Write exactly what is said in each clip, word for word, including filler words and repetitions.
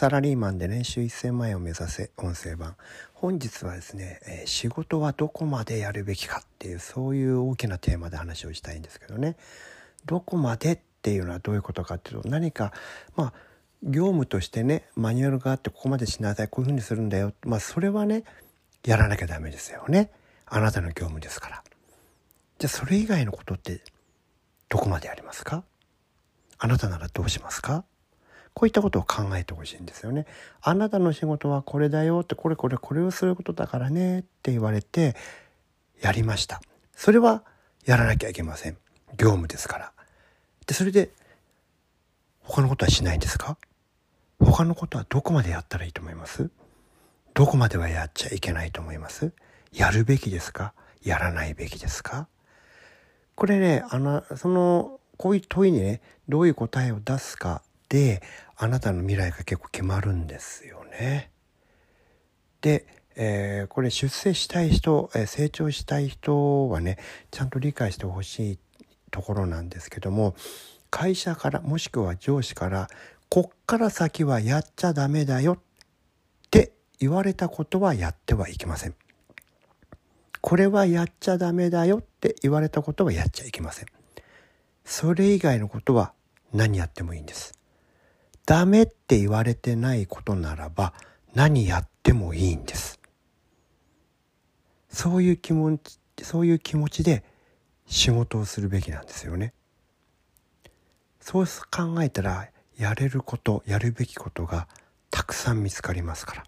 サラリーマンで年収せんまんえんを目指せ音声版。本日はですね、えー仕事はどこまでやるべきかっていうそういう大きなテーマで話をしたいんですけどね。どこまでっていうのはどういうことかっていうと、何かまあ業務としてねマニュアルがあって、ここまでしなさい、こういうふうにするんだよ、まあそれはねやらなきゃダメですよね。あなたの業務ですから。じゃあそれ以外のことってどこまでやりますか？あなたならどうしますか？こういったことを考えてほしいんですよね。あなたの仕事はこれだよって、これこれこれをすることだからねって言われてやりました。それはやらなきゃいけません。業務ですから。で、それで他のことはしないんですか？他のことはどこまでやったらいいと思います？どこまではやっちゃいけないと思います？やるべきですか？やらないべきですか？これね、あの、その、こういう問いにね、どういう答えを出すかで、あなたの未来が結構決まるんですよね。で、えーこれ出世したい人、えー成長したい人はね、ちゃんと理解してほしいところなんですけども、会社からもしくは上司から、こっから先はやっちゃダメだよって言われたことはやってはいけません。これはやっちゃダメだよって言われたことはやっちゃいけません。それ以外のことは何やってもいいんです。ダメって言われてないことならば何やってもいいんです。そういう気持ち、そういう気持ちで仕事をするべきなんですよね。そう考えたらやれること、やるべきことがたくさん見つかりますから。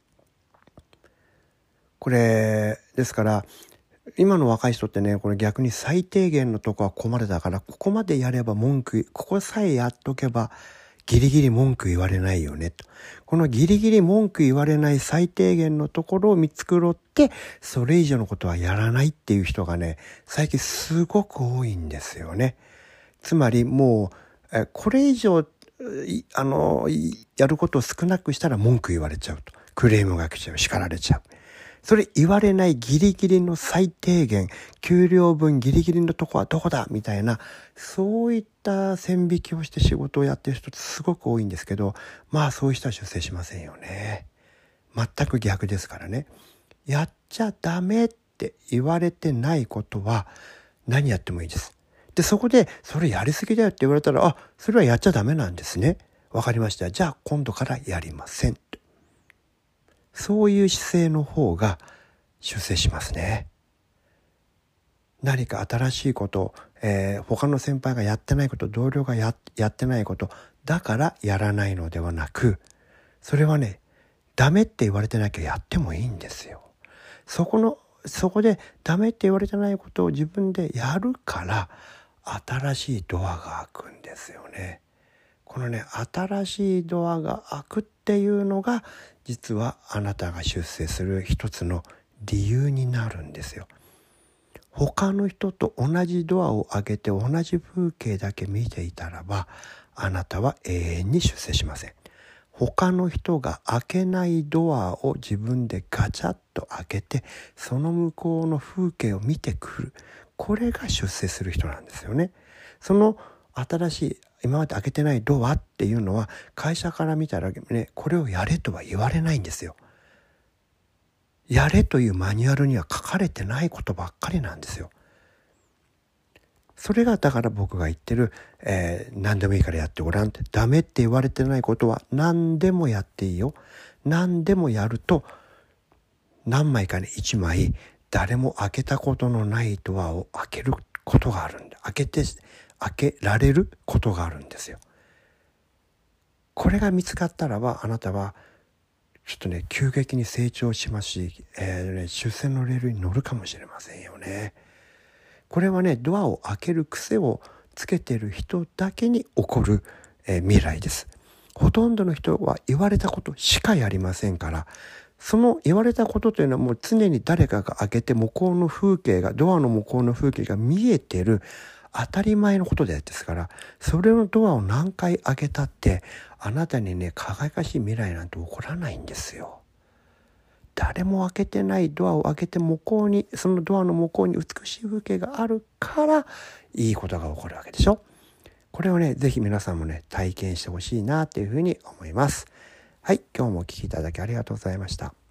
これですから今の若い人ってね、これ逆に最低限のとこはここまでだから、ここまでやれば文句、ここさえやっとけばギリギリ文句言われないよねと。このギリギリ文句言われない最低限のところを見繕って、それ以上のことはやらないっていう人がね、最近すごく多いんですよね。つまりもう、えこれ以上、いあの、いやることを少なくしたら文句言われちゃうと。クレームが来ちゃう、叱られちゃう。それ言われないギリギリの最低限、給料分ギリギリのとこはどこだみたいな、そういった線引きをして仕事をやってる人ってすごく多いんですけど、まあそういう人は出世しませんよね。全く逆ですからね。やっちゃダメって言われてないことは何やってもいいです。で、そこでそれやりすぎだよって言われたら、あ、それはやっちゃダメなんですね。わかりました。じゃあ今度からやりません。そういう姿勢の方が出世しますね。何か新しいこと、えー、他の先輩がやってないこと、同僚が や, やってないことだからやらないのではなく、それはね、ダメって言われてなきゃやってもいいんですよ。そこのそこでダメって言われてないことを自分でやるから新しいドアが開くんですよね。このね、新しいドアが開くっていうのが実はあなたが出世する一つの理由になるんですよ。他の人と同じドアを開けて同じ風景だけ見ていたらば、あなたは永遠に出世しません。他の人が開けないドアを自分でガチャッと開けて、その向こうの風景を見てくる。これが出世する人なんですよね。その新しい今まで開けてないドアっていうのは会社から見たらね、これをやれとは言われないんですよ。やれというマニュアルには書かれてないことばっかりなんですよ。それがだから僕が言ってる、えー、何でもいいからやってごらんって、ダメって言われてないことは何でもやっていいよ。何でもやると何枚かね、一枚誰も開けたことのないドアを開けることがあるんで、開けて開けられることがあるんですよ。これが見つかったらば、あなたはちょっとね、急激に成長しますし、えーね、出世のレールに乗るかもしれませんよね。これはね、ドアを開ける癖をつけてる人だけに起こる、えー、未来です。ほとんどの人は言われたことしかやりませんから、その言われたことというのはもう常に誰かが開けて向こうの風景が、ドアの向こうの風景が見えてる当たり前のことですから、それのドアを何回開けたってあなたにね、輝かしい未来なんて起こらないんですよ。誰も開けてないドアを開けて向こうに、そのドアの向こうに美しい風景があるからいいことが起こるわけでしょ。これをね、ぜひ皆さんもね、体験してほしいなっていうふうに思います。 はい、今日もお聞きいただきありがとうございました。